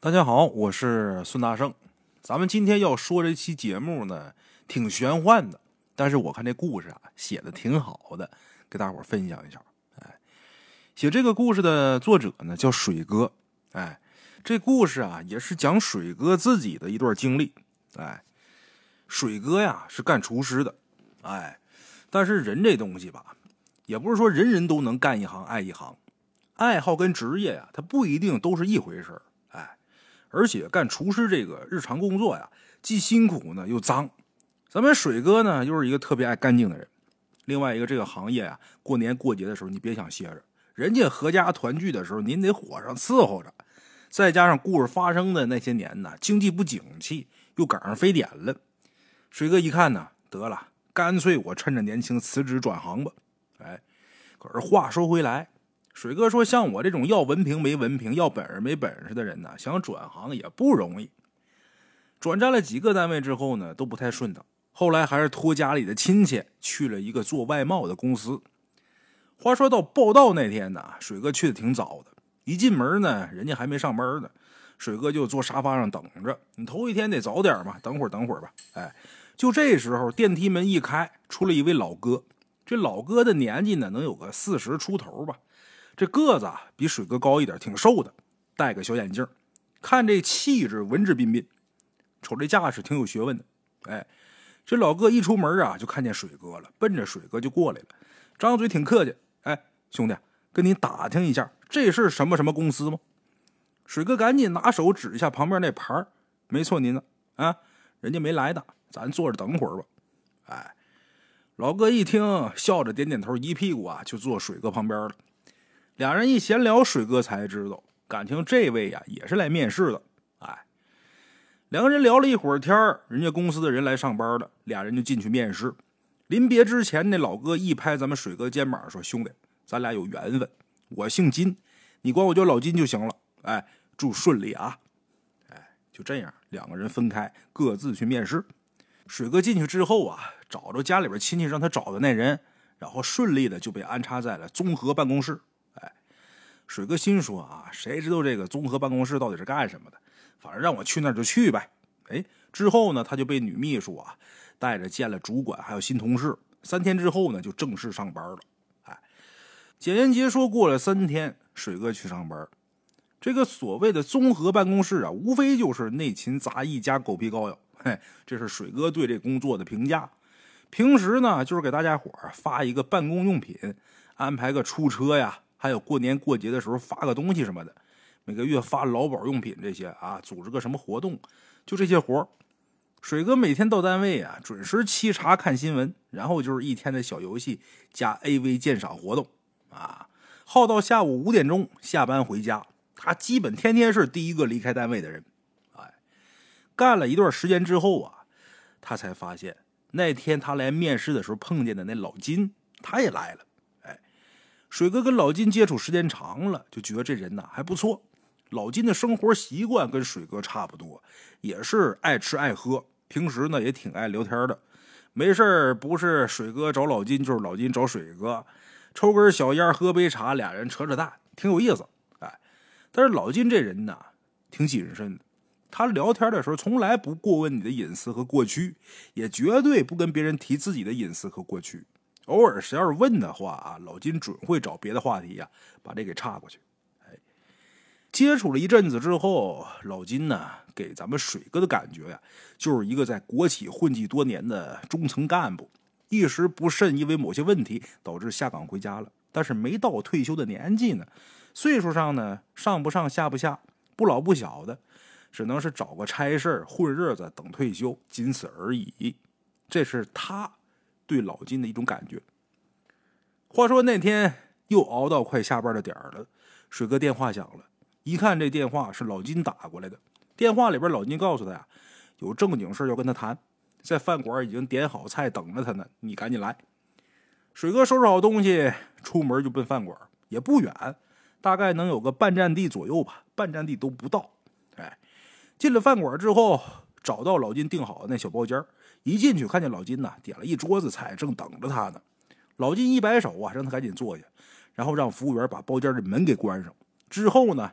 大家好，我是孙大圣。咱们今天要说这期节目呢，挺玄幻的，但是我看这故事啊写的挺好的，给大伙分享一下。写这个故事的作者呢叫水哥。这故事啊也是讲水哥自己的一段经历。水哥呀是干厨师的。但是人这东西吧，也不是说人人都能干一行爱一行，爱好跟职业呀，它不一定都是一回事。而且干厨师这个日常工作呀，既辛苦呢又脏。咱们水哥呢又是一个特别爱干净的人。另外一个这个行业啊，过年过节的时候你别想歇着，人家合家团聚的时候您得火上伺候着。再加上故事发生的那些年呢，经济不景气，又赶上非典了。水哥一看呢，得了，干脆我趁着年轻辞职转行吧。可是话说回来，水哥说像我这种要文凭没文凭，要本事没本事的人呢，想转行也不容易。转战了几个单位之后呢，都不太顺当。后来还是托家里的亲戚去了一个做外贸的公司。话说到报到那天呢，水哥去的挺早的。一进门呢，人家还没上班呢，水哥就坐沙发上等着。你头一天得早点嘛，等会儿吧。就这时候电梯门一开，出了一位老哥。这老哥的年纪呢，能有个40出头吧。这个子啊比水哥高一点，挺瘦的，戴个小眼镜，看这气质文质彬彬，瞅这架势挺有学问的。这老哥一出门啊，就看见水哥了，奔着水哥就过来了，张嘴挺客气。兄弟，跟你打听一下，这是什么什么公司吗？水哥赶紧拿手指一下旁边那牌，没错您呢，人家没来的，咱坐着等会儿吧。老哥一听，笑着点点头，一屁股啊就坐水哥旁边了。俩人一闲聊，水哥才知道，感情这位呀也是来面试的。两个人聊了一会儿天，人家公司的人来上班了，俩人就进去面试。临别之前，那老哥一拍咱们水哥肩膀说：“兄弟，咱俩有缘分，我姓金，你管我叫老金就行了。祝顺利啊！”就这样，两个人分开，各自去面试。水哥进去之后啊，找着家里边亲戚让他找的那人，然后顺利的就被安插在了综合办公室。水哥心说啊，谁知道这个综合办公室到底是干什么的？反正让我去那儿就去呗。之后呢，他就被女秘书啊带着见了主管还有新同事。3天之后呢，就正式上班了。简言结说，过了3天，水哥去上班。这个所谓的综合办公室啊，无非就是内勤杂役加狗皮膏药。这是水哥对这工作的评价。平时呢，就是给大家伙发一个办公用品，安排个出车呀，还有过年过节的时候发个东西什么的，每个月发劳保用品这些啊，组织个什么活动，就这些活。水哥每天到单位啊，准时沏茶看新闻，然后就是一天的小游戏加 AV 鉴赏活动耗到下午5点钟下班回家。他基本天天是第一个离开单位的人。干了一段时间之后啊，他才发现那天他来面试的时候碰见的那老金，他也来了。水哥跟老金接触时间长了，就觉得这人还不错。老金的生活习惯跟水哥差不多，也是爱吃爱喝，平时呢也挺爱聊天的。没事不是水哥找老金，就是老金找水哥，抽根小烟喝杯茶，俩人扯扯淡，挺有意思。但是老金这人呢挺谨慎的，他聊天的时候从来不过问你的隐私和过去，也绝对不跟别人提自己的隐私和过去。偶尔谁要是问的话老金准会找别的话题把这给岔过去。接触了一阵子之后，老金呢给咱们水哥的感觉就是一个在国企混迹多年的中层干部，一时不慎因为某些问题导致下岗回家了，但是没到退休的年纪呢，岁数上呢上不上下不下，不老不小的，只能是找个差事混日子等退休，仅此而已。这是他对老金的一种感觉。话说那天又熬到快下班的点了，水哥电话响了，一看这电话是老金打过来的。电话里边老金告诉他有正经事要跟他谈，在饭馆已经点好菜等着他呢，你赶紧来。水哥收拾好东西出门就奔饭馆，也不远，大概能有个半站地左右吧，半站地都不到。进了饭馆之后，找到老金订好的那小包间，一进去看见老金点了一桌子菜正等着他呢。老金一摆手让他赶紧坐下，然后让服务员把包间的门给关上。之后呢，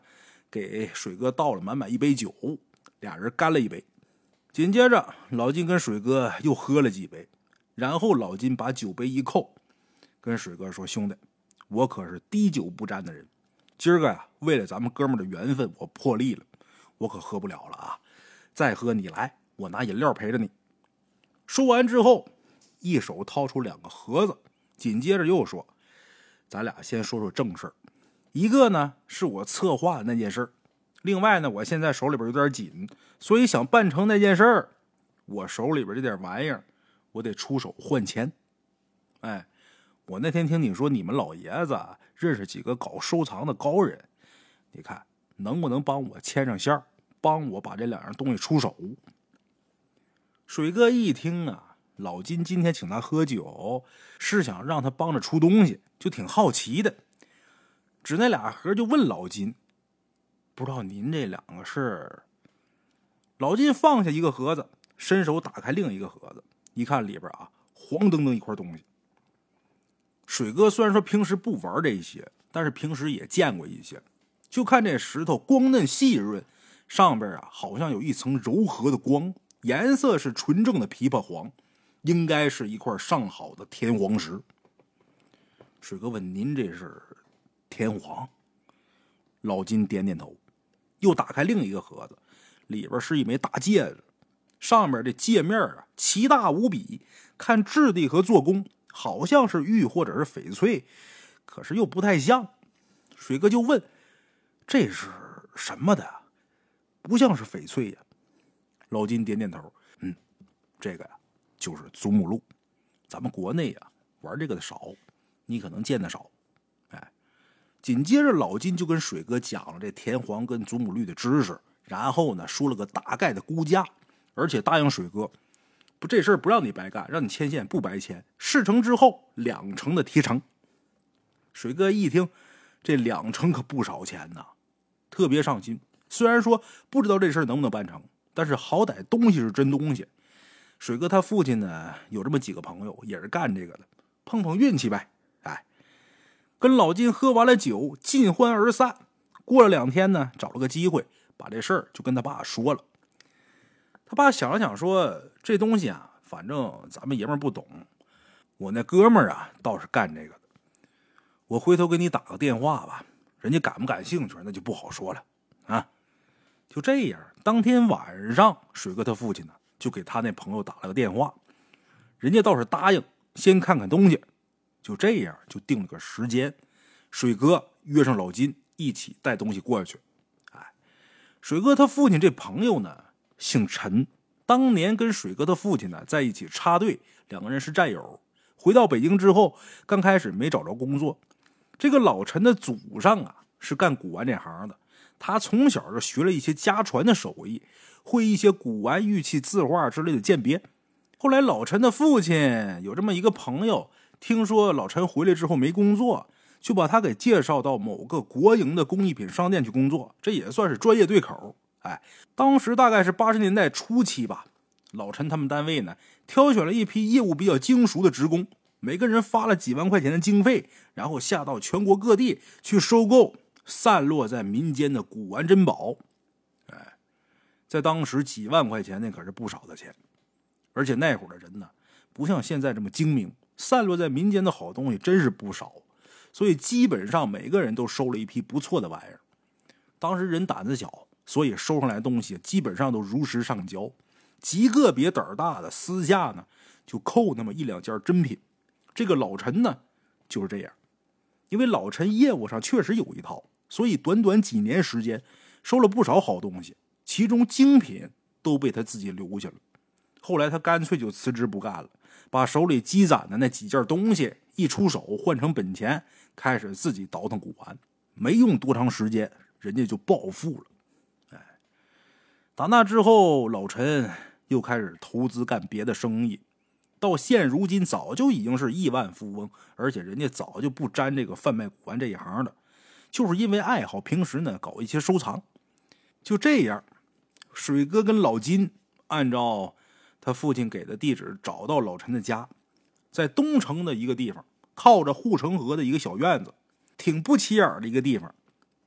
给水哥倒了满满一杯酒，俩人干了一杯。紧接着老金跟水哥又喝了几杯，然后老金把酒杯一扣，跟水哥说：兄弟，我可是滴酒不沾的人，今儿个呀，为了咱们哥们的缘分，我破例了，我可喝不了了啊！再喝你来，我拿饮料陪着你。说完之后，一手掏出2个盒子，紧接着又说：咱俩先说说正事儿。一个呢是我策划的那件事儿，另外呢我现在手里边有点紧，所以想办成那件事儿，我手里边这点玩意儿我得出手换钱。哎，我那天听你说你们老爷子认识几个搞收藏的高人，你看能不能帮我牵上线儿，帮我把这2样东西出手。水哥一听啊，老金今天请他喝酒是想让他帮着出东西，就挺好奇的，指那俩盒就问老金：不知道您这2个是？老金放下一个盒子，伸手打开另一个盒子，一看里边啊，黄澄澄一块东西。水哥虽然说平时不玩这些，但是平时也见过一些，就看这石头光嫩细润，上边啊好像有一层柔和的光，颜色是纯正的琵琶黄，应该是一块上好的天黄石。水哥问：您这是天黄？老金点点头，又打开另一个盒子，里边是一枚大戒指，上面这戒面啊奇大无比，看质地和做工好像是玉或者是翡翠，可是又不太像。水哥就问：这是什么的？不像是翡翠呀。老金点点头：这个呀就是祖母绿，咱们国内啊玩这个的少，你可能见得少。紧接着老金就跟水哥讲了这田黄跟祖母绿的知识，然后呢说了个大概的估价，而且答应水哥，不，这事儿不让你白干，让你牵线不白牵，事成之后2成的提成。水哥一听这2成可不少钱呐，特别上心。虽然说不知道这事儿能不能办成，但是好歹东西是真东西。水哥他父亲呢有这么几个朋友也是干这个的，碰碰运气呗。跟老金喝完了酒，尽欢而散。过了2天呢，找了个机会把这事儿就跟他爸说了。他爸想了想说：这东西啊，反正咱们爷们儿不懂，我那哥们儿啊倒是干这个的，我回头给你打个电话吧，人家感不感兴趣那就不好说了啊。就这样，当天晚上水哥他父亲呢就给他那朋友打了个电话，人家倒是答应先看看东西。就这样就定了个时间，水哥约上老金一起带东西过去。水哥他父亲这朋友呢姓陈，当年跟水哥他父亲呢在一起插队，2个人是战友。回到北京之后，刚开始没找着工作。这个老陈的祖上啊是干古玩这行的，他从小就学了一些家传的手艺，会一些古玩玉器字画之类的鉴别。后来老陈的父亲有这么一个朋友，听说老陈回来之后没工作，就把他给介绍到某个国营的工艺品商店去工作，这也算是专业对口。当时大概是80年代初期吧，老陈他们单位呢挑选了一批业务比较精熟的职工，每个人发了几万块钱的经费，然后下到全国各地去收购散落在民间的古玩珍宝。在当时几万块钱那可是不少的钱，而且那会儿的人呢不像现在这么精明，散落在民间的好东西真是不少，所以基本上每个人都收了一批不错的玩意儿。当时人胆子小，所以收上来的东西基本上都如实上交，极个别胆儿大的私下呢就扣那么1-2件珍品。这个老陈呢就是这样，因为老陈业务上确实有一套，所以短短几年时间收了不少好东西，其中精品都被他自己留下了。后来他干脆就辞职不干了，把手里积攒的那几件东西一出手换成本钱，开始自己倒腾古玩。没用多长时间，人家就暴富了。打那之后，老陈又开始投资干别的生意，到现如今早就已经是亿万富翁，而且人家早就不沾这个贩卖古玩这一行的，就是因为爱好，平时呢搞一些收藏。就这样，水哥跟老金按照他父亲给的地址找到老陈的家，在东城的一个地方，靠着护城河的一个小院子，挺不起眼的一个地方。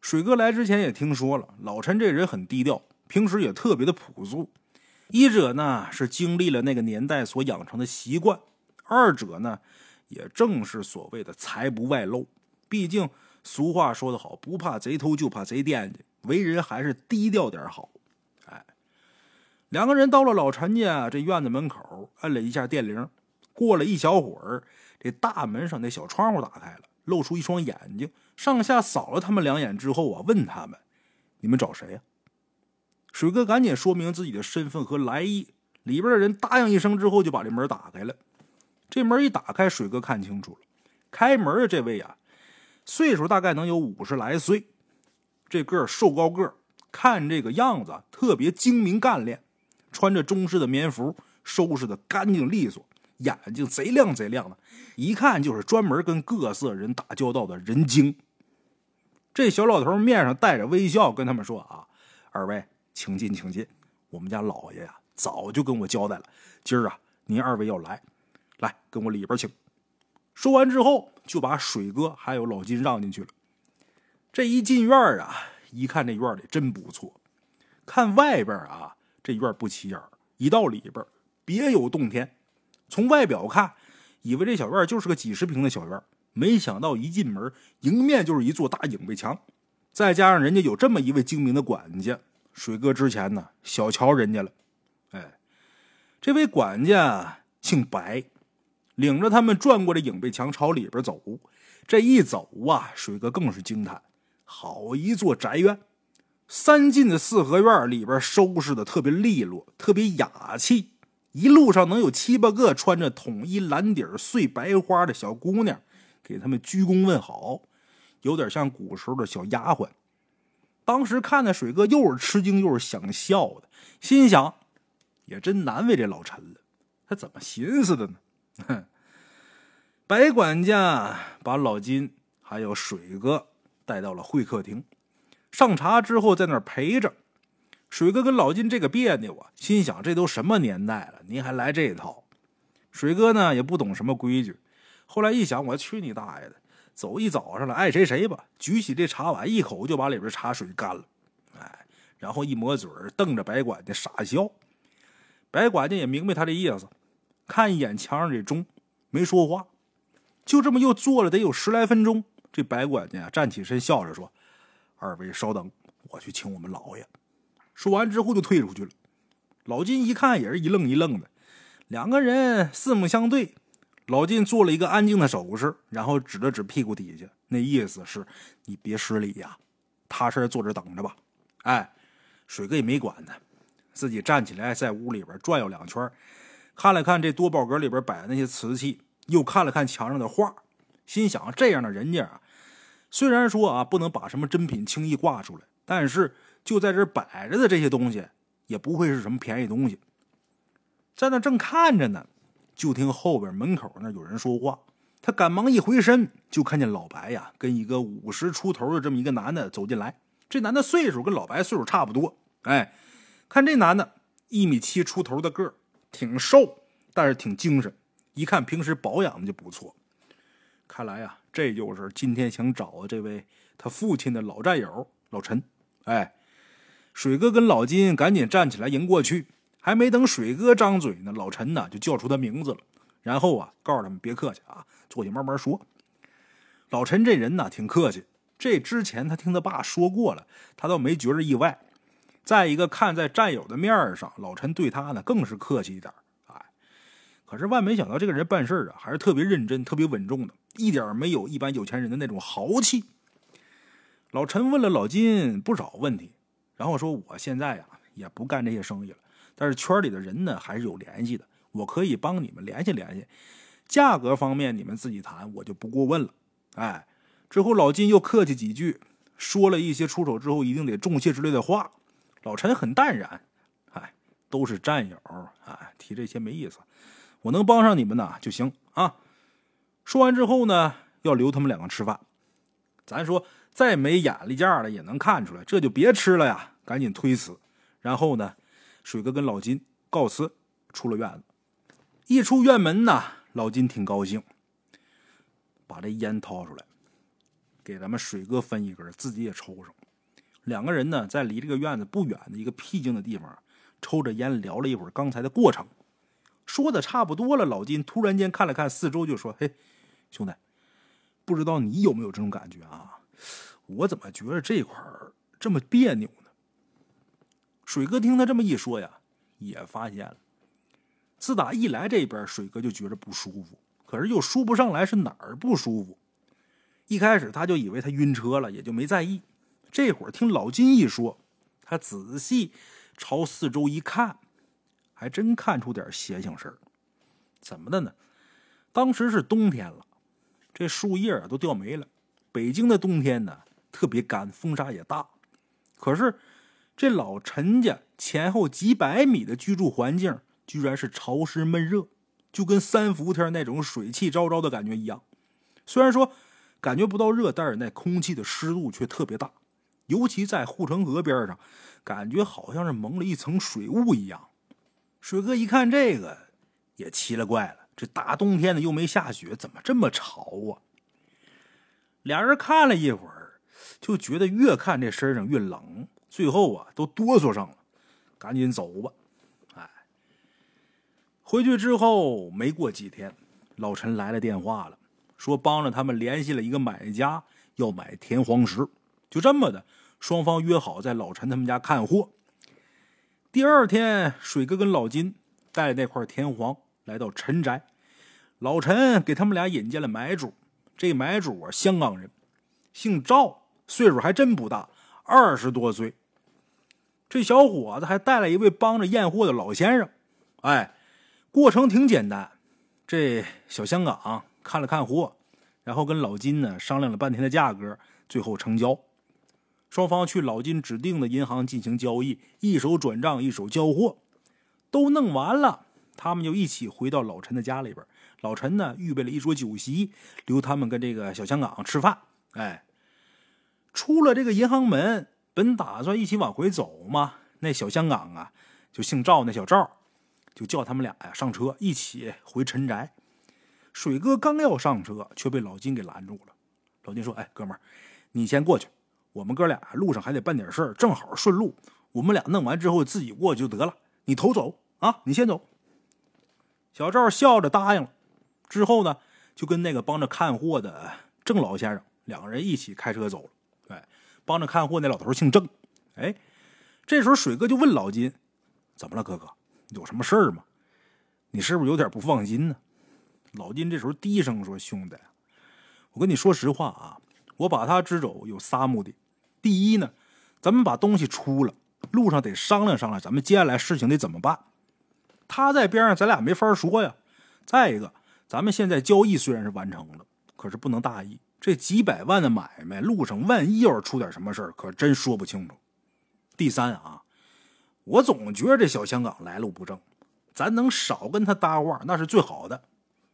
水哥来之前也听说了，老陈这人很低调，平时也特别的朴素。一者呢是经历了那个年代所养成的习惯，二者呢也正是所谓的财不外露。毕竟俗话说得好，不怕贼偷就怕贼惦记，为人还是低调点好。两个人到了老陈家这院子门口，摁了一下电铃。过了一小会儿，这大门上那小窗户打开了，露出一双眼睛，上下扫了他们两眼之后啊，问他们：“你们找谁呀？”水哥赶紧说明自己的身份和来意，里边的人答应一声之后，就把这门打开了。这门一打开，水哥看清楚了，开门的这位啊，岁数大概能有50来岁，这个瘦高个，看这个样子特别精明干练，穿着中式的棉服，收拾的干净利索，眼睛贼亮贼亮的，一看就是专门跟各色人打交道的人精。这小老头面上带着微笑跟他们说啊：“二位请进请进，我们家老爷呀早就跟我交代了，今儿啊您二位要来跟我里边请。”说完之后就把水哥还有老金让进去了。这一进院啊，一看这院里真不错，看外边啊这院不起眼，一到里边别有洞天。从外表看以为这小院就是个几十平的小院，没想到一进门迎面就是一座大影壁墙，再加上人家有这么一位精明的管家，水哥之前呢小瞧人家了。这位管家姓白，领着他们转过这影壁墙朝里边走。这一走啊，水哥更是惊叹，好一座宅院，3进的4合院里边收拾的特别利落，特别雅气。一路上能有7、8个穿着统一蓝底碎白花的小姑娘给他们鞠躬问好，有点像古时候的小丫鬟。当时看的水哥又是吃惊又是想笑的，心想也真难为这老陈了，他怎么寻思的呢？白管家把老金还有水哥带到了会客厅，上茶之后在那儿陪着。水哥跟老金这个别扭啊，心想这都什么年代了，您还来这套。水哥呢也不懂什么规矩，后来一想，我去你大爷的，走一早上了，爱谁谁吧，举起这茶碗一口就把里边茶水干了。然后一抹嘴瞪着白管家傻笑。白管家也明白他这意思，看一眼墙上这钟，没说话。就这么又坐了得有10来分钟，这白管家站起身笑着说：“二位稍等，我去请我们老爷。”说完之后就退出去了。老金一看也是一愣一愣的，两个人四目相对。老金做了一个安静的手势，然后指了指屁股底下，那意思是你别失礼呀，踏实坐着等着吧。水哥也没管他，自己站起来在屋里边转悠2圈，看了看这多宝阁里边摆的那些瓷器，又看了看墙上的画，心想这样的人家啊，虽然说啊不能把什么真品轻易挂出来，但是就在这摆着的这些东西也不会是什么便宜东西。在那正看着呢，就听后边门口那有人说话，他赶忙一回身，就看见老白呀跟一个50出头的这么一个男的走进来。这男的岁数跟老白岁数差不多，看这男的1.7米出头的个儿，挺瘦，但是挺精神，一看平时保养的就不错。看来呀，这就是今天想找的这位他父亲的老战友老陈。水哥跟老金赶紧站起来迎过去，还没等水哥张嘴呢，老陈呢就叫出他名字了，然后啊告诉他们别客气啊，坐下慢慢说。老陈这人呢挺客气，这之前他听他爸说过了，他倒没觉着意外。再一个看在战友的面上，老陈对他呢更是客气一点。可是万没想到这个人办事啊还是特别认真特别稳重的，一点没有一般有钱人的那种豪气。老陈问了老金不少问题，然后说我现在啊也不干这些生意了，但是圈里的人呢还是有联系的，我可以帮你们联系联系，价格方面你们自己谈，我就不过问了。之后老金又客气几句，说了一些出手之后一定得重谢之类的话。老陈很淡然，都是战友，提这些没意思，我能帮上你们呢就行啊。说完之后呢，要留他们2个吃饭。咱说再没眼力劲的也能看出来，这就别吃了呀，赶紧推辞。然后呢，水哥跟老金告辞出了院子。一出院门呢，老金挺高兴，把这烟掏出来， 给咱们水哥分一根，自己也抽上。两个人呢，在离这个院子不远的一个僻静的地方，抽着烟聊了一会儿刚才的过程。说的差不多了，老金突然间看了看四周，就说：“嘿，兄弟，不知道你有没有这种感觉啊？我怎么觉得这块这么别扭呢？”水哥听他这么一说呀，也发现了，自打一来这边，水哥就觉得不舒服，可是又说不上来是哪儿不舒服。一开始他就以为他晕车了，也就没在意。这会儿听老金一说，他仔细朝四周一看，还真看出点邪性事儿。怎么的呢？当时是冬天了，这树叶都掉没了。北京的冬天呢，特别干，风沙也大。可是这老陈家前后几百米的居住环境，居然是潮湿闷热，就跟三伏天那种水汽昭昭的感觉一样。虽然说感觉不到热，但是那空气的湿度却特别大，尤其在护城河边上，感觉好像是蒙了一层水雾一样。水哥一看这个也奇了怪了，这大冬天的又没下雪，怎么这么潮啊？俩人看了一会儿，就觉得越看这身上越冷，最后啊都哆嗦上了，赶紧走吧。回去之后没过几天，老陈来了电话了，说帮着他们联系了一个买家，要买田黄石。就这么的，双方约好在老陈他们家看货。第二天，水哥跟老金带着那块田黄来到陈宅，老陈给他们俩引荐了买主。这买主啊，香港人，姓赵，岁数还真不大，20多岁。这小伙子还带了一位帮着验货的老先生。过程挺简单。这小香港看了看货，然后跟老金呢商量了半天的价格，最后成交。双方去老金指定的银行进行交易，一手转账一手交货，都弄完了，他们就一起回到老陈的家里边。老陈呢预备了一桌酒席，留他们跟这个小香港吃饭。出了这个银行门，本打算一起往回走嘛，那小香港啊，就姓赵那小赵，就叫他们俩呀上车一起回陈宅。水哥刚要上车，却被老金给拦住了。老金说：“哥们儿，你先过去，我们哥俩路上还得办点事儿，正好顺路，我们俩弄完之后自己过去就得了，你头走啊，你先走。”小赵笑着答应了。之后呢，就跟那个帮着看货的郑老先生两个人一起开车走了。帮着看货那老头姓郑。这时候水哥就问老金：“怎么了，哥哥？有什么事儿吗？你是不是有点不放心呢？”老金这时候低声说：“兄弟，我跟你说实话啊，我把他支走有仨目的。第一呢，咱们把东西出了，路上得商量商量，咱们接下来事情得怎么办。他在边上，咱俩没法说呀。再一个，咱们现在交易虽然是完成了，可是不能大意。这几百万的买卖，路上万一要是出点什么事儿，可真说不清楚。第三啊，我总觉得这小香港来路不正，咱能少跟他搭话，那是最好的。”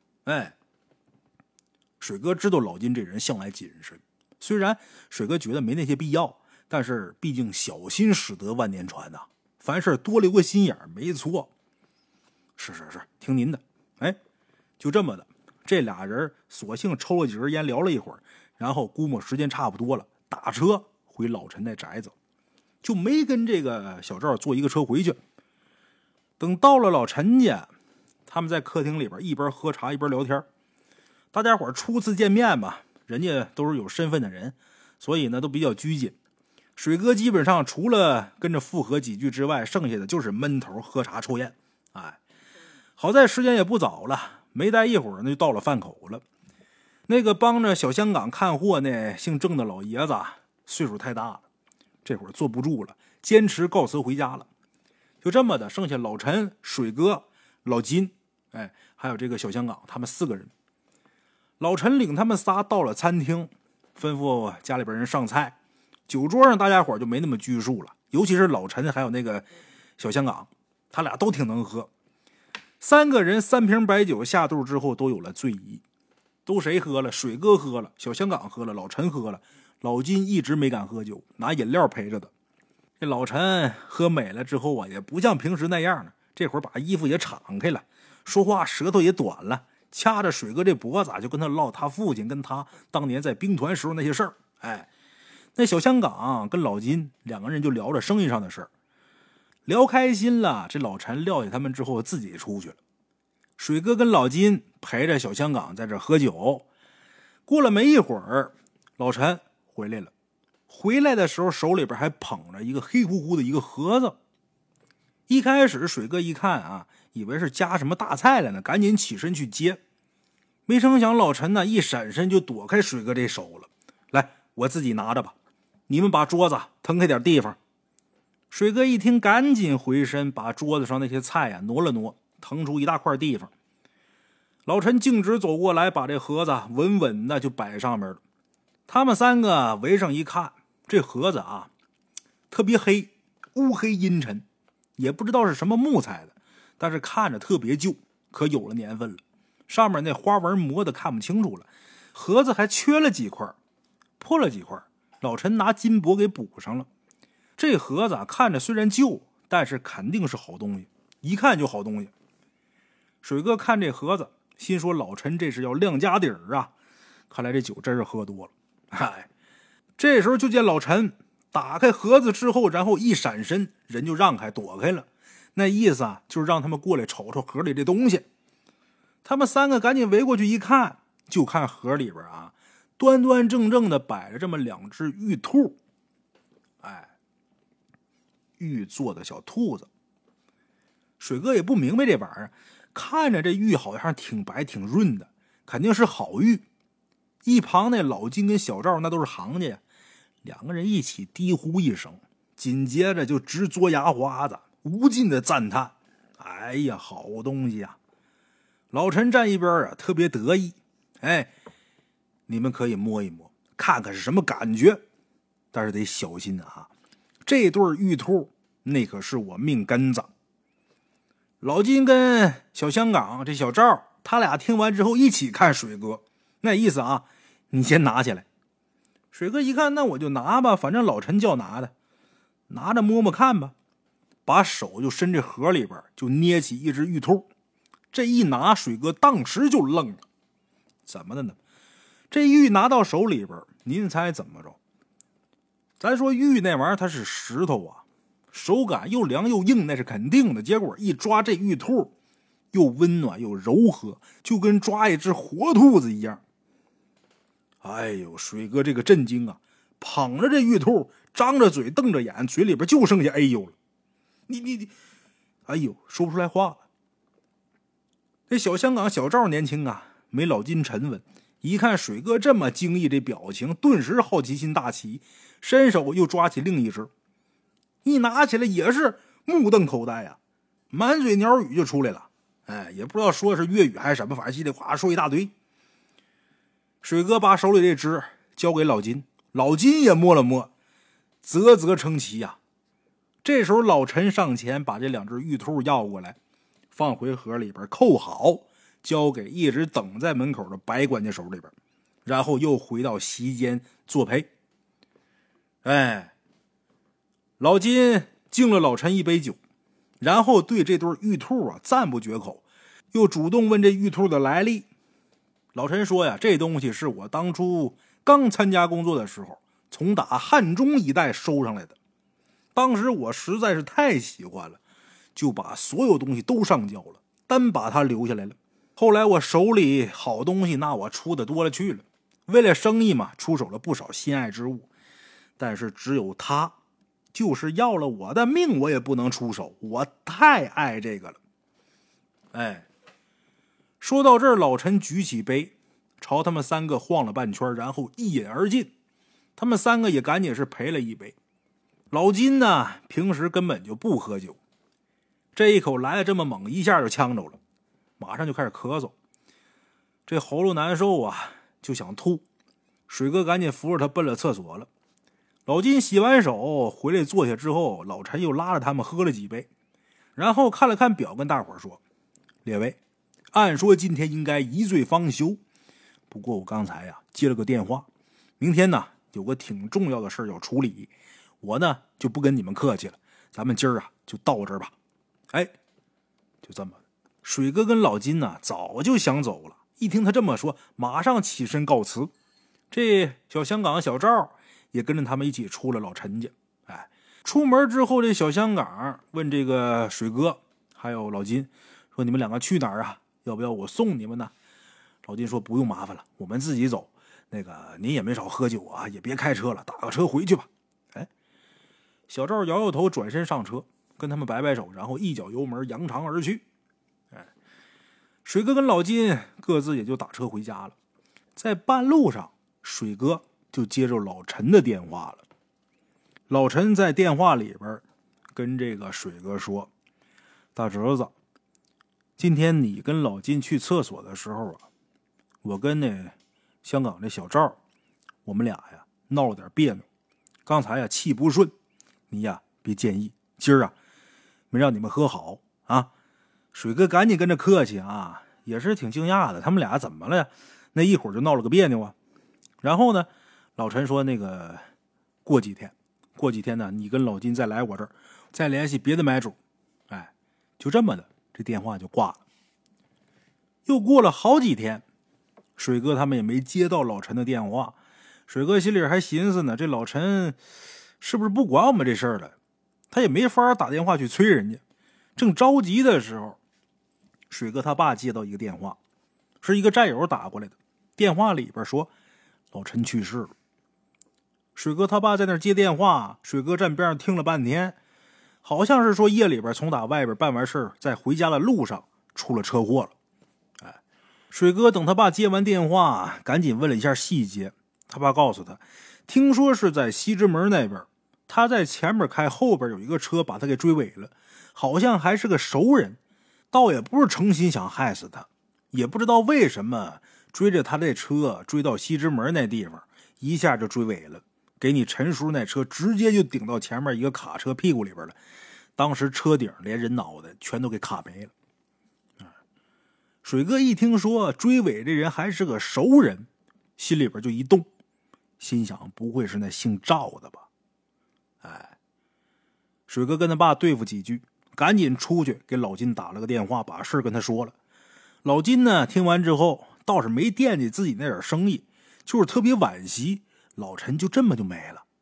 水哥知道老金这人向来谨慎，虽然水哥觉得没那些必要，但是毕竟小心驶得万年船呐，凡事多留个心眼没错。是，听您的。就这么的，这俩人索性抽了几根烟，聊了一会儿，然后估摸时间差不多了，打车回老陈那宅子，就没跟这个小赵坐一个车回去。等到了老陈家，他们在客厅里边一边喝茶一边聊天。大家伙初次见面吧，人家都是有身份的人，所以呢都比较拘谨。水哥基本上除了跟着附和几句之外，剩下的就是闷头喝茶抽烟。好在时间也不早了，没待一会儿呢就到了饭口了。那个帮着小香港看货那姓郑的老爷子岁数太大了，这会儿坐不住了，坚持告辞回家了。就这么的，剩下老陈、水哥、老金，还有这个小香港，他们4个人。老陈领他们仨到了餐厅，吩咐家里边人上菜。酒桌上大家伙就没那么拘束了，尤其是老陈还有那个小香港，他俩都挺能喝。3个人3瓶白酒下肚之后都有了醉意。都谁喝了？水哥喝了，小香港喝了，老陈喝了，老金一直没敢喝酒，拿饮料陪着的。这老陈喝美了之后啊，也不像平时那样了，这会儿把衣服也敞开了，说话舌头也短了，掐着水哥这脖子就跟他唠他父亲跟他当年在兵团时候那些事儿。 那小香港跟老金两个人就聊着生意上的事儿，聊开心了，这老陈撂下他们之后自己出去了。水哥跟老金陪着小香港在这喝酒。过了没一会儿，老陈回来了。回来的时候手里边还捧着一个黑乎乎的一个盒子。一开始水哥一看啊，以为是夹什么大菜了呢，赶紧起身去接。没成想老陈呢一闪身就躲开水哥这手了。来，我自己拿着吧，你们把桌子腾开点地方。水哥一听赶紧回身把桌子上那些菜啊挪了挪，腾出一大块地方。老陈径直走过来，把这盒子稳稳的就摆上面了。他们三个围上一看，这盒子啊特别黑，乌黑阴沉，也不知道是什么木材的，但是看着特别旧，可有了年份了。上面那花纹磨得看不清楚了，盒子还缺了几块，破了几块，老陈拿金箔给补上了。这盒子看着虽然旧，但是肯定是好东西，一看就好东西。水哥看这盒子，心说老陈这是要亮家底儿啊，看来这酒真是喝多了。这时候就见老陈打开盒子之后，然后一闪身，人就让开躲开了。那意思啊，就是让他们过来瞅瞅盒里这东西。他们三个赶紧围过去一看，就看盒里边啊，端端正正的摆着这么两只玉兔。玉做的小兔子。水哥也不明白这玩意儿，看着这玉好像挺白挺润的，肯定是好玉。一旁那老金跟小赵那都是行家呀，两个人一起低呼一声，紧接着就直嘬牙花子，无尽的赞叹。哎呀，好东西啊！老陈站一边啊，特别得意。你们可以摸一摸，看看是什么感觉，但是得小心啊！这对玉兔那可是我命根子。老金跟小香港这小赵，他俩听完之后一起看水哥，那意思啊，你先拿起来。水哥一看，那我就拿吧，反正老陈叫拿的，拿着摸摸看吧。把手就伸这盒里边，就捏起一只玉兔。这一拿，水哥当时就愣了。怎么的呢？这玉拿到手里边，您猜怎么着？咱说玉那玩意儿它是石头啊，手感又凉又硬，那是肯定的。结果一抓这玉兔，又温暖又柔和，就跟抓一只活兔子一样。哎呦，水哥这个震惊啊，捧着这玉兔，张着嘴瞪着眼，嘴里边就剩下哎呦了。你哎呦，说不出来话了。这小香港小赵年轻啊，没老金沉稳，一看水哥这么惊异，这表情顿时好奇心大起，伸手又抓起另一只，一拿起来也是目瞪口呆啊，满嘴鸟语就出来了。也不知道说的是粤语还是什么，反正稀里哗啦说一大堆。水哥把手里这只交给老金，老金也摸了摸，啧啧称奇呀。这时候老陈上前把这两只玉兔要过来，放回盒里边扣好，交给一直等在门口的白管家手里边，然后又回到席间作陪。老金敬了老陈一杯酒，然后对这对玉兔啊赞不绝口，又主动问这玉兔的来历。老陈说呀，这东西是我当初刚参加工作的时候从打汉中一带收上来的，当时我实在是太喜欢了，就把所有东西都上交了，单把它留下来了。后来我手里好东西那我出的多了去了，为了生意嘛，出手了不少心爱之物，但是只有它，就是要了我的命我也不能出手，我太爱这个了。说到这儿，老陈举起杯，朝他们三个晃了半圈，然后一饮而尽。他们三个也赶紧是赔了一杯。老金呢，平时根本就不喝酒，这一口来了这么猛，一下就呛着了，马上就开始咳嗽，这喉咙难受啊，就想吐。水哥赶紧扶着他奔了厕所了。老金洗完手回来坐下之后，老陈又拉着他们喝了几杯，然后看了看表，跟大伙说：列位，按说今天应该一醉方休，不过我刚才接了个电话，明天呢有个挺重要的事要处理，我呢就不跟你们客气了，咱们今儿就到这儿吧。就这么，水哥跟老金呢早就想走了，一听他这么说，马上起身告辞。 这小香港小赵也跟着他们一起出了老陈家。出门之后，这小香港问这个水哥还有老金说：“你们两个去哪儿啊？要不要我送你们呢？”老金说：“不用麻烦了，我们自己走。那个您也没少喝酒啊，也别开车了，打个车回去吧。”小赵摇摇头，转身上车，跟他们摆摆手，然后一脚油门扬长而去。水哥跟老金各自也就打车回家了。在半路上，水哥就接着老陈的电话了。老陈在电话里边跟这个水哥说：“大侄子，今天你跟老金去厕所的时候啊，我跟那香港的小赵，我们俩呀闹了点别扭。刚才呀气不顺，你呀别介意，今儿啊没让你们和好啊。”水哥赶紧跟着客气啊，也是挺惊讶的，他们俩怎么了呀？那一会儿就闹了个别扭啊。然后呢，老陈说：“那个过几天呢，你跟老金再来我这儿，再联系别的买主。”就这么的，这电话就挂了。又过了好几天，水哥他们也没接到老陈的电话。水哥心里还寻思呢，这老陈是不是不管我们这事儿了？他也没法打电话去催人家。正着急的时候，水哥他爸接到一个电话，是一个战友打过来的。电话里边说老陈去世了。水哥他爸在那儿接电话，水哥站边上听了半天，好像是说夜里边从打外边办完事儿，在回家的路上出了车祸了。水哥等他爸接完电话，赶紧问了一下细节。他爸告诉他，听说是在西直门那边，他在前面开，后边有一个车把他给追尾了，好像还是个熟人，倒也不是诚心想害死他，也不知道为什么追着他这车追到西直门那地方，一下就追尾了，给你陈叔那车直接就顶到前面一个卡车屁股里边了。当时车顶连人脑袋全都给卡没了。水哥一听说追尾这人还是个熟人，心里边就一动，心想不会是那姓赵的吧？水哥跟他爸对付几句，赶紧出去给老金打了个电话，把事跟他说了。老金呢，听完之后倒是没惦记自己那点生意，就是特别惋惜老陈就这么就没了。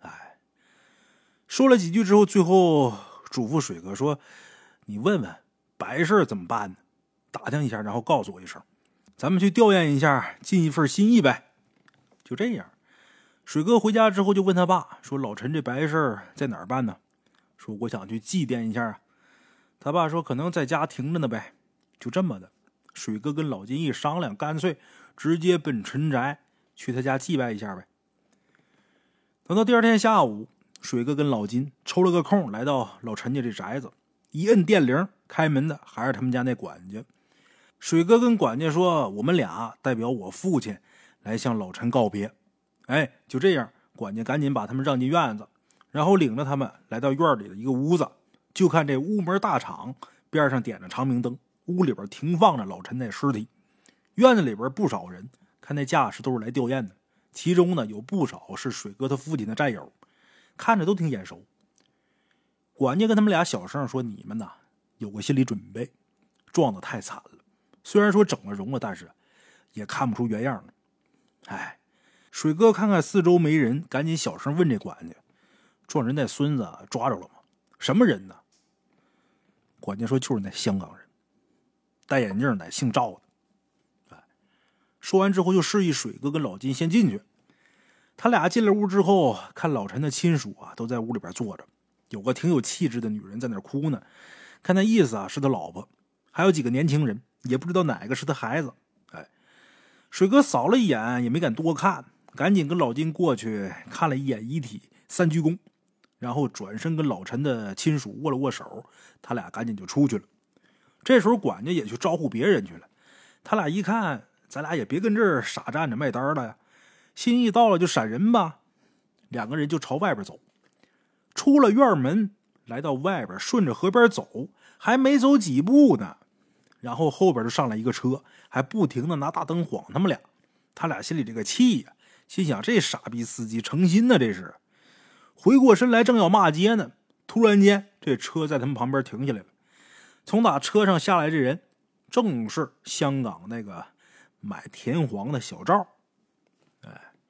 说了几句之后，最后嘱咐水哥说：“你问问白事怎么办呢？打听一下，然后告诉我一声，咱们去吊唁一下，尽一份心意呗。”就这样，水哥回家之后就问他爸说：“老陈这白事在哪儿办呢？”说：“我想去祭奠一下啊。”他爸说：“可能在家停着呢呗。”就这么的，水哥跟老金一商量，干脆直接奔陈宅去他家祭拜一下呗。等到第二天下午，水哥跟老金抽了个空来到老陈家这宅子，一摁电铃，开门的还是他们家那管家。水哥跟管家说：“我们俩代表我父亲来向老陈告别。”就这样，管家赶紧把他们让进院子，然后领着他们来到院里的一个屋子，就看这屋门大敞，边上点着长明灯，屋里边停放着老陈那尸体。院子里边不少人，看那架势都是来吊唁的，其中呢有不少是水哥他父亲的战友，看着都挺眼熟。管家跟他们俩小声说：“你们呐，有个心理准备，撞得太惨了。虽然说整了容了，但是也看不出原样了。”水哥看看四周没人，赶紧小声问这管家：“撞人那孙子抓着了吗？什么人呢？”管家说：“就是那香港人，戴眼镜的，姓赵的。”说完之后就示意水哥跟老金先进去。他俩进了屋之后，看老陈的亲属都在屋里边坐着，有个挺有气质的女人在那哭呢，看那意思是他老婆，还有几个年轻人，也不知道哪个是他孩子。水哥扫了一眼也没敢多看，赶紧跟老金过去看了一眼遗体，3鞠躬，然后转身跟老陈的亲属握了握手，他俩赶紧就出去了。这时候管家也去招呼别人去了，他俩一看咱俩也别跟这儿傻站着卖单了呀，心意到了就闪人吧。2个人就朝外边走，出了院门，来到外边，顺着河边走，还没走几步呢，然后后边就上来一个车，还不停的拿大灯晃他们俩。他俩心里这个气呀，心想这傻逼司机成心呢，这是。回过身来正要骂街呢，突然间这车在他们旁边停下来了。从打车上下来这人正是香港那个买田黄的小赵。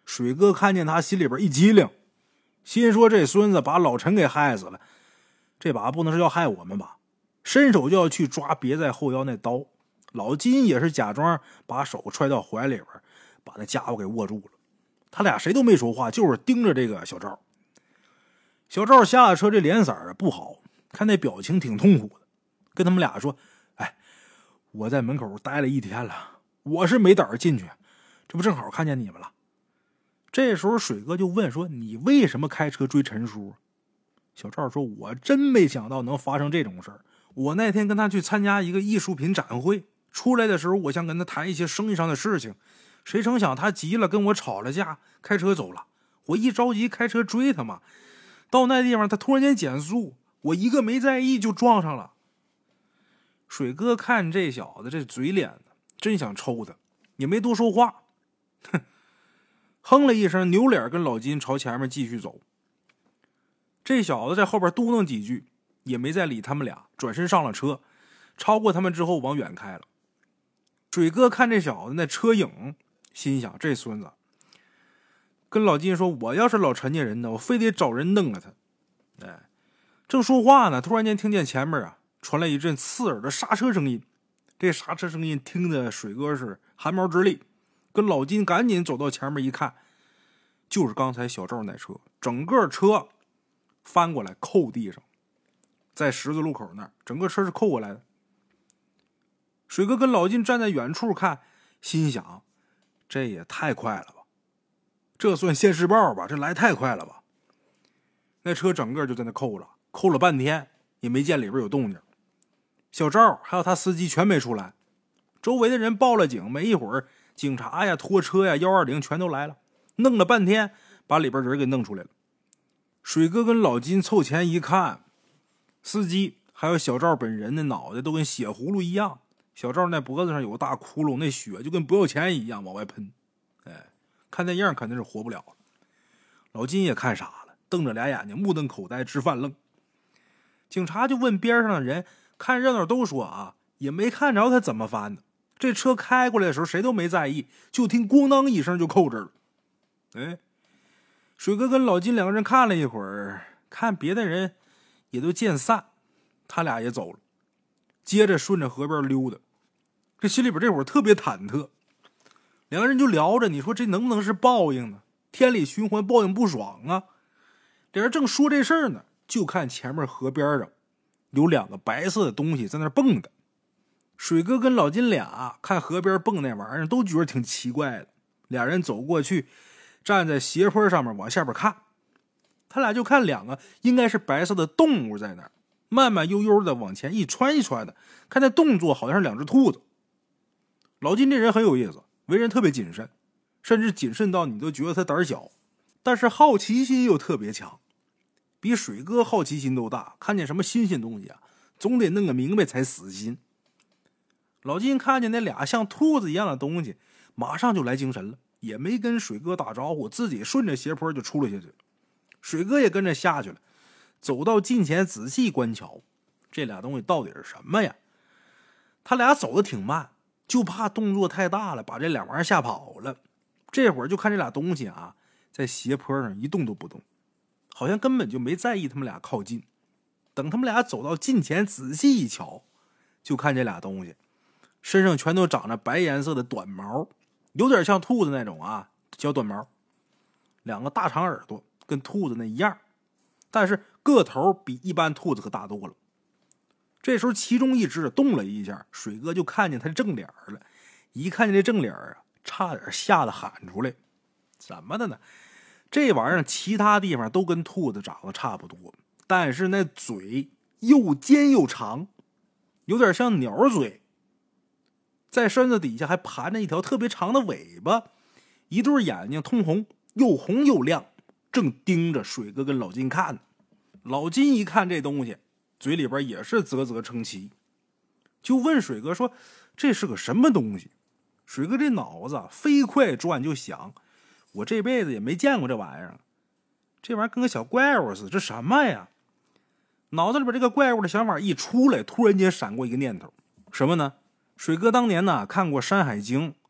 水哥看见他心里边一激灵，心说这孙子把老陈给害死了，这把不能是要害我们吧？伸手就要去抓别在后腰那刀。老金也是假装把手揣到怀里边，把那家伙给握住了。他俩谁都没说话，就是盯着这个小赵。小赵下了车，这脸色不好，看那表情挺痛苦的，跟他们俩说：“哎，我在门口待了一天了，我是没胆进去，这不正好看见你们了。”这时候水哥就问说：“你为什么开车追陈叔？”小赵说：“我真没想到能发生这种事儿。我那天跟他去参加一个艺术品展会，出来的时候我想跟他谈一些生意上的事情，谁成想他急了跟我吵了架，开车走了。我一着急开车追他嘛，到那地方他突然间减速，我一个没在意就撞上了。”水哥看这小子这嘴脸呢，真想抽他，也没多说话，哼了一声，扭脸跟老金朝前面继续走。这小子在后边嘟囔几句，也没再理他们俩，转身上了车，超过他们之后往远开了。水哥看这小子那车影，心想这孙子，跟老金说：“我要是老陈家人呢，我非得找人弄了他。”哎，正说话呢，突然间听见前面传来一阵刺耳的刹车声音。这刹车声音听得水哥是汗毛直立，跟老金赶紧走到前面一看，就是刚才小赵那车，整个车翻过来扣地上，在十字路口那儿，整个车是扣过来的。水哥跟老金站在远处看，心想这也太快了吧，这算现世报吧，这来太快了吧。那车整个就在那扣了半天，也没见里边有动静。小赵还有他司机全没出来，周围的人报了警，没一会儿警察呀、拖车呀、120全都来了，弄了半天把里边人给弄出来了。水哥跟老金凑前一看，司机还有小赵本人的脑袋都跟血葫芦一样，小赵那脖子上有个大窟窿，那血就跟不要钱一样往外喷。哎，看那样肯定是活不了了。老金也看傻了，瞪着俩眼睛，目瞪口呆，直犯愣。警察就问边上的人，看热闹都说也没看着他怎么翻的。这车开过来的时候谁都没在意，就听咣当一声就扣这儿了。哎，水哥跟老金两个人看了一会儿，看别的人也都渐散，他俩也走了，接着顺着河边溜达。这心里边这会儿特别忐忑，两个人就聊着，你说这能不能是报应呢？天理循环，报应不爽啊。俩人正说这事儿呢，就看前面河边上有两个白色的东西在那蹦的。水哥跟老金俩看河边蹦那玩意儿都觉得挺奇怪的，俩人走过去，站在斜坡上面往下边看。他俩就看两个应该是白色的动物在那儿慢慢悠悠的往前一穿一穿的，看那动作好像是两只兔子。老金这人很有意思，为人特别谨慎，甚至谨慎到你都觉得他胆小，但是好奇心又特别强，比水哥好奇心都大，看见什么新鲜东西总得弄个明白才死心。老金看见那俩像兔子一样的东西，马上就来精神了，也没跟水哥打招呼，自己顺着斜坡就出了下去。水哥也跟着下去了，走到近前仔细观瞧，这俩东西到底是什么呀？他俩走得挺慢，就怕动作太大了把这俩玩意儿吓跑了。这会儿就看这俩东西在斜坡上一动都不动，好像根本就没在意他们俩靠近。等他们俩走到近前仔细一瞧，就看这俩东西身上全都长着白颜色的短毛，有点像兔子那种小短毛，两个大长耳朵跟兔子那一样，但是个头比一般兔子可大多了。这时候其中一只动了一下，水哥就看见他正脸了，一看见这正脸差点吓得喊出来。怎么的呢？这玩意儿其他地方都跟兔子长得差不多，但是那嘴又尖又长，有点像鸟嘴，在身子底下还盘着一条特别长的尾巴，一对眼睛通红，又红又亮，正盯着水哥跟老金看呢。老金一看这东西，嘴里边也是啧啧称奇，就问水哥说这是个什么东西。水哥这脑子飞快转，就想我这辈子也没见过这玩意儿，这玩意儿跟个小怪物似的，这什么呀？脑子里边这个怪物的想法一出来，突然间闪过一个念头，什么呢？水哥当年看过《山海经》，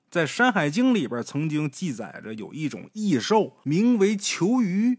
在《山海经》里边曾经记载着有一种异兽，名为求鱼。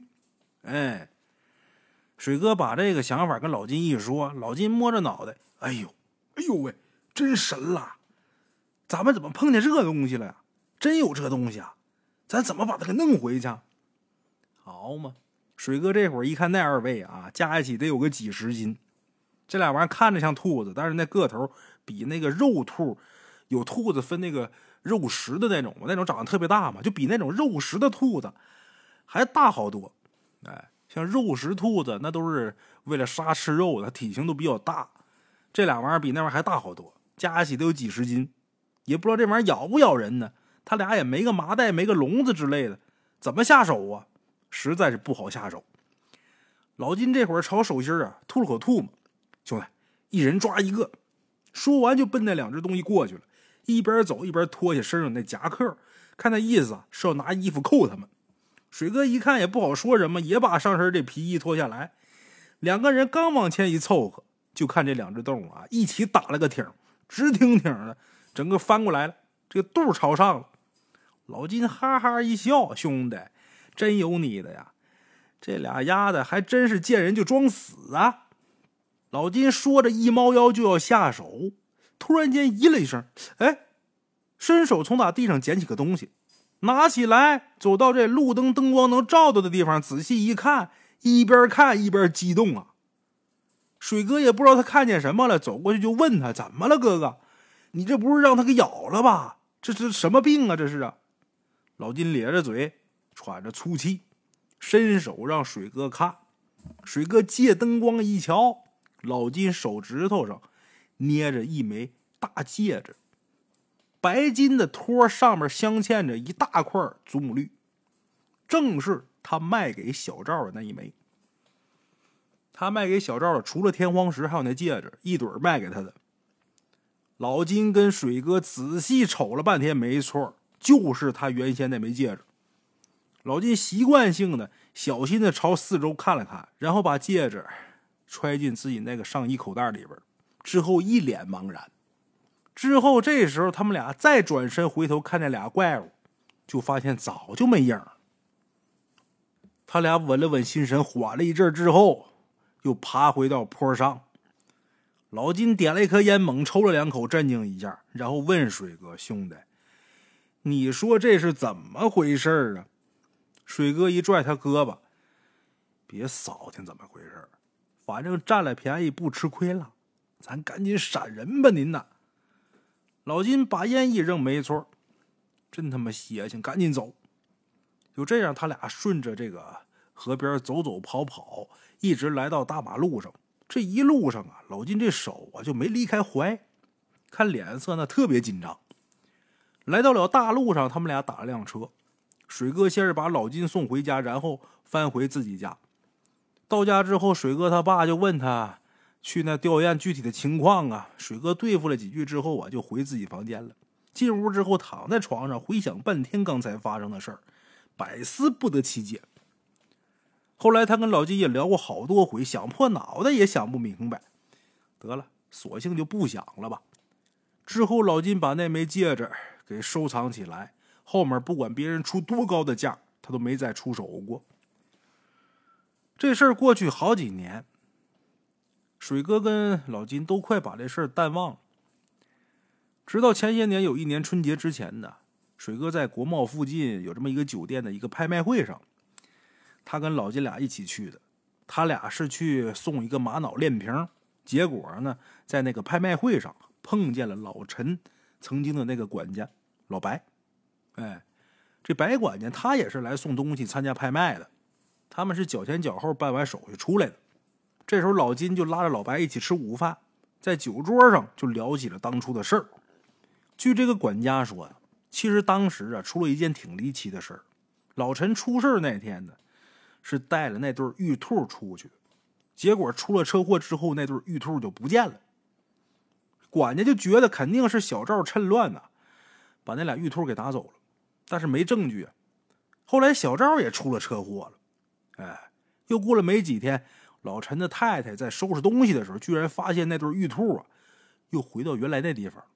水哥把这个想法跟老金一说，老金摸着脑袋，哎呦喂，真神了！咱们怎么碰见这东西了呀？真有这东西啊！咱怎么把它给弄回去？好嘛，水哥这会儿一看那二位啊，加一起得有个几十斤。这俩玩意儿看着像兔子，但是那个头比那个肉兔，有兔子分那个肉食的那种嘛，那种长得特别大嘛，就比那种肉食的兔子还大好多。像肉食兔子那都是为了杀吃肉的，体型都比较大。这俩玩意儿比那玩意儿还大好多，加一起都有几十斤。也不知道这玩意儿咬不咬人呢？他俩也没个麻袋，没个笼子之类的，怎么下手啊？实在是不好下手。老金这会儿朝手心吐了口唾沫，兄弟，一人抓一个。说完就奔那两只东西过去了，一边走一边脱下身上那夹克，看那意思是要拿衣服扣他们。水哥一看也不好说什么，也把上身这皮衣脱下来。两个人刚往前一凑合，就看这两只动物一起打了个挺，直挺挺的，整个翻过来了，这个肚朝上了。老金哈哈一笑，兄弟，真有你的呀！这俩丫的还真是见人就装死啊！老金说着一猫腰就要下手，突然间咦了一声，伸手从打地上捡起个东西，拿起来走到这路灯灯光能照到的地方，仔细一看，一边看一边激动啊！水哥也不知道他看见什么了，走过去就问他，怎么了哥哥？你这不是让他给咬了吧？这是什么病啊？这是啊！老金咧着嘴，喘着粗气，伸手让水哥看。水哥借灯光一瞧，老金手指头上捏着一枚大戒指，白金的托上面镶嵌着一大块祖母绿，正是他卖给小赵的那一枚。他卖给小赵的除了天荒石还有那戒指，一对卖给他的。老金跟水哥仔细瞅了半天，没错，就是他原先那枚戒指。老金习惯性的小心的朝四周看了看，然后把戒指揣进自己那个上衣口袋里边，之后一脸茫然。之后这时候他们俩再转身回头看那俩怪物，就发现早就没影了。他俩稳了稳心神，缓了一阵之后，又爬回到坡上。老金点了一颗烟，猛抽了2口，镇静一下，然后问水哥，兄弟，你说这是怎么回事啊？水哥一拽他胳膊，别扫听怎么回事，反正占了便宜不吃亏了，咱赶紧闪人吧您呐！老金把烟一扔，没错，真他妈邪性，赶紧走。就这样，他俩顺着这个河边走走跑跑，一直来到大马路上。这一路上老金这手就没离开怀，看脸色呢特别紧张。来到了大路上，他们俩打了辆车。水哥先是把老金送回家，然后翻回自己家。到家之后，水哥他爸就问他去那吊唁具体的情况水哥对付了几句之后就回自己房间了。进屋之后躺在床上回想半天刚才发生的事儿，百思不得其解。后来他跟老金也聊过好多回，想破脑袋也想不明白，得了，索性就不想了吧。之后老金把那枚戒指给收藏起来，后面不管别人出多高的价，他都没再出手过。这事儿过去好几年，水哥跟老金都快把这事儿淡忘了。直到前些年有一年春节之前呢，水哥在国贸附近有这么一个酒店的一个拍卖会上，他跟老金俩一起去的。他俩是去送一个玛瑙链瓶，结果呢在那个拍卖会上碰见了老陈曾经的那个管家老白。这白管家他也是来送东西参加拍卖的，他们是缴前缴后办完手续出来的。这时候老金就拉着老白一起吃午饭，在酒桌上就聊起了当初的事儿。据这个管家说其实当时出了一件挺离奇的事儿。老陈出事那天呢，是带了那对玉兔出去的，结果出了车祸之后，那对玉兔就不见了。管家就觉得肯定是小赵趁乱把那俩玉兔给拿走了，但是没证据后来小赵也出了车祸了，又过了没几天，老陈的太太在收拾东西的时候，居然发现那对玉兔又回到原来那地方，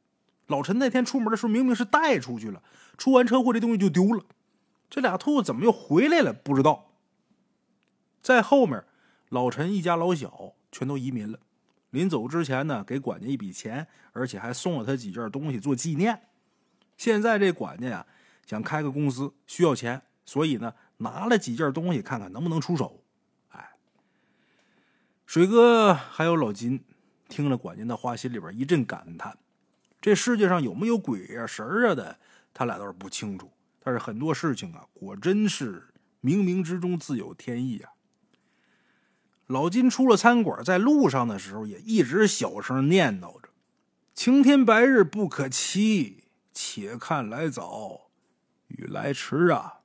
老陈那天出门的时候明明是带出去了，出完车祸这东西就丢了，这俩兔子怎么又回来了不知道。在后面老陈一家老小全都移民了，临走之前呢给管家一笔钱，而且还送了他几件东西做纪念。现在这管家呀想开个公司需要钱，所以呢拿了几件东西看看能不能出手。水哥还有老金听了管家的话，心里边一阵感叹，这世界上有没有鬼啊神啊的他俩倒是不清楚，但是很多事情啊果真是冥冥之中自有天意啊。老金出了餐馆，在路上的时候也一直小声念叨着，晴天白日不可期，且看来早雨来迟啊。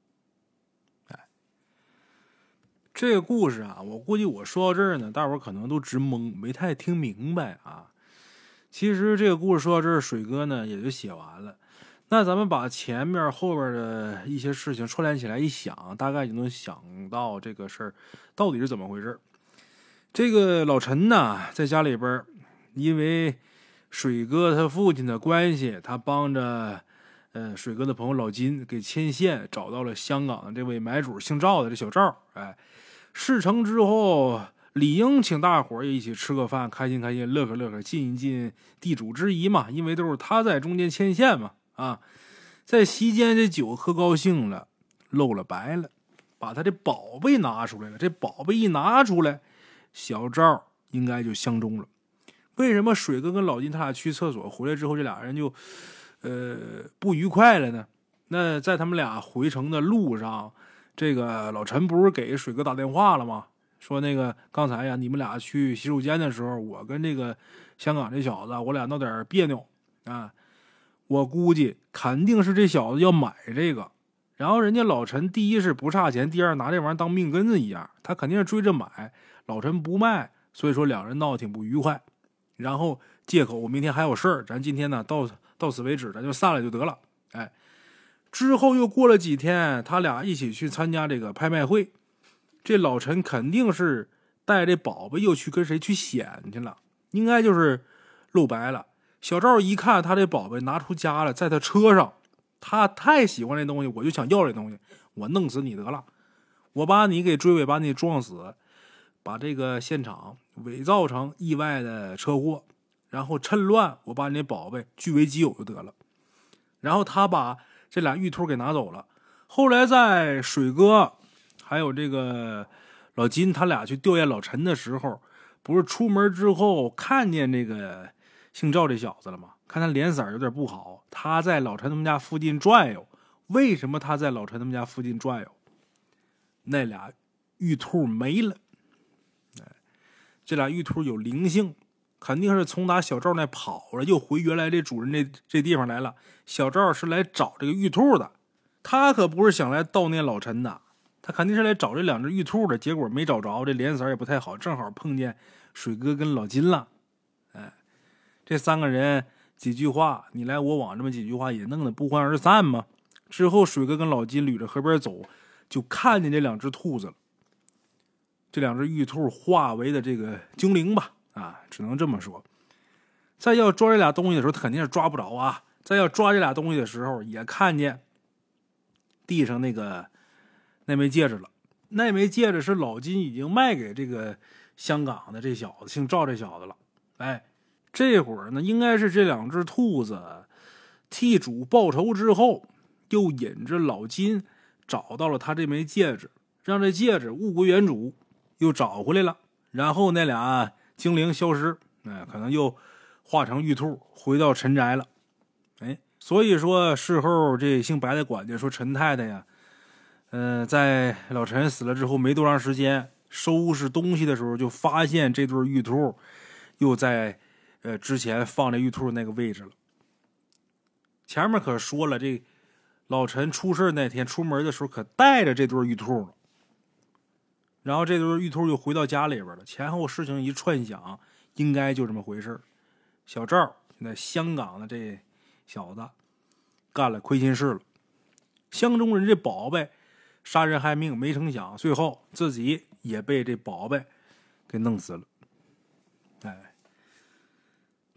这个故事啊，我估计我说到这儿呢，大伙儿可能都直懵，没太听明白啊。其实这个故事说到这儿，水哥呢也就写完了。那咱们把前面后边的一些事情串联起来一想，大概就能想到这个事儿到底是怎么回事。这个老陈呢，在家里边，因为水哥他父亲的关系，他帮着水哥的朋友老金给牵线，找到了香港的这位买主姓赵的这小赵。事成之后，理应请大伙儿一起吃个饭，开心开心，乐呵乐呵，尽一尽地主之谊嘛。因为都是他在中间牵线嘛。在席间这酒喝高兴了，露了白了，把他这宝贝拿出来了。这宝贝一拿出来，小赵应该就相中了。为什么水哥跟老金他俩去厕所回来之后，这俩人就不愉快了呢？那在他们俩回程的路上，这个老陈不是给水哥打电话了吗？说那个刚才呀，你们俩去洗手间的时候，我跟这个香港这小子，我俩闹点别扭啊。我估计肯定是这小子要买这个，然后人家老陈第一是不差钱，第二拿这玩意儿当命根子一样，他肯定是追着买，老陈不卖，所以说两人闹得挺不愉快。然后借口我明天还有事儿，咱今天呢到此为止，咱就散了就得了。之后又过了几天，他俩一起去参加这个拍卖会。这老陈肯定是带这宝贝又去跟谁去显去了，应该就是露白了。小赵一看他这宝贝拿出家了，在他车上，他太喜欢这东西，我就想要这东西，我弄死你得了，我把你给追尾，把你撞死，把这个现场伪造成意外的车祸，然后趁乱我把你的宝贝据为己有就得了。然后他把这俩玉兔给拿走了。后来在水哥还有这个老金他俩去吊唁老陈的时候，不是出门之后看见这个姓赵这小子了吗？看他脸色有点不好，他在老陈他们家附近转悠。为什么他在老陈他们家附近转悠？那俩玉兔没了。这俩玉兔有灵性，肯定是从打小赵那跑了，又回原来这主人这地方来了。小赵是来找这个玉兔的，他可不是想来悼念老陈的，他肯定是来找这两只玉兔的，结果没找着，这脸色也不太好，正好碰见水哥跟老金了。这三个人几句话你来我往，这么几句话也弄得不欢而散嘛。之后水哥跟老金捋着河边走，就看见这两只兔子了。这两只玉兔化为的这个精灵吧，只能这么说。再要抓这俩东西的时候，他肯定是抓不着啊。再要抓这俩东西的时候，也看见地上那枚戒指了。那枚戒指是老金已经卖给这个香港的这小子，姓赵这小子了。这会儿呢，应该是这两只兔子替主报仇之后，又引着老金找到了他这枚戒指，让这戒指物归原主，又找回来了。然后那俩精灵消失，可能又化成玉兔回到陈宅了。所以说事后这姓白的管家说，陈太太呀，在老陈死了之后没多长时间，收拾东西的时候就发现这对玉兔又在之前放这玉兔那个位置了。前面可说了，这老陈出事那天出门的时候可带着这对玉兔了，然后这对玉兔又回到家里边了。前后事情一串想，应该就这么回事。小赵现在香港的这小子干了亏心事了，相中人这宝贝杀人害命，没成想最后自己也被这宝贝给弄死了。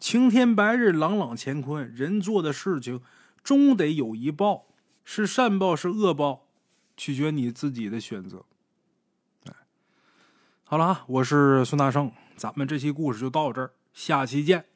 青天白日，朗朗乾坤，人做的事情终得有一报，是善报是恶报，取决你自己的选择。好了啊，我是孙大圣，咱们这期故事就到这儿，下期见。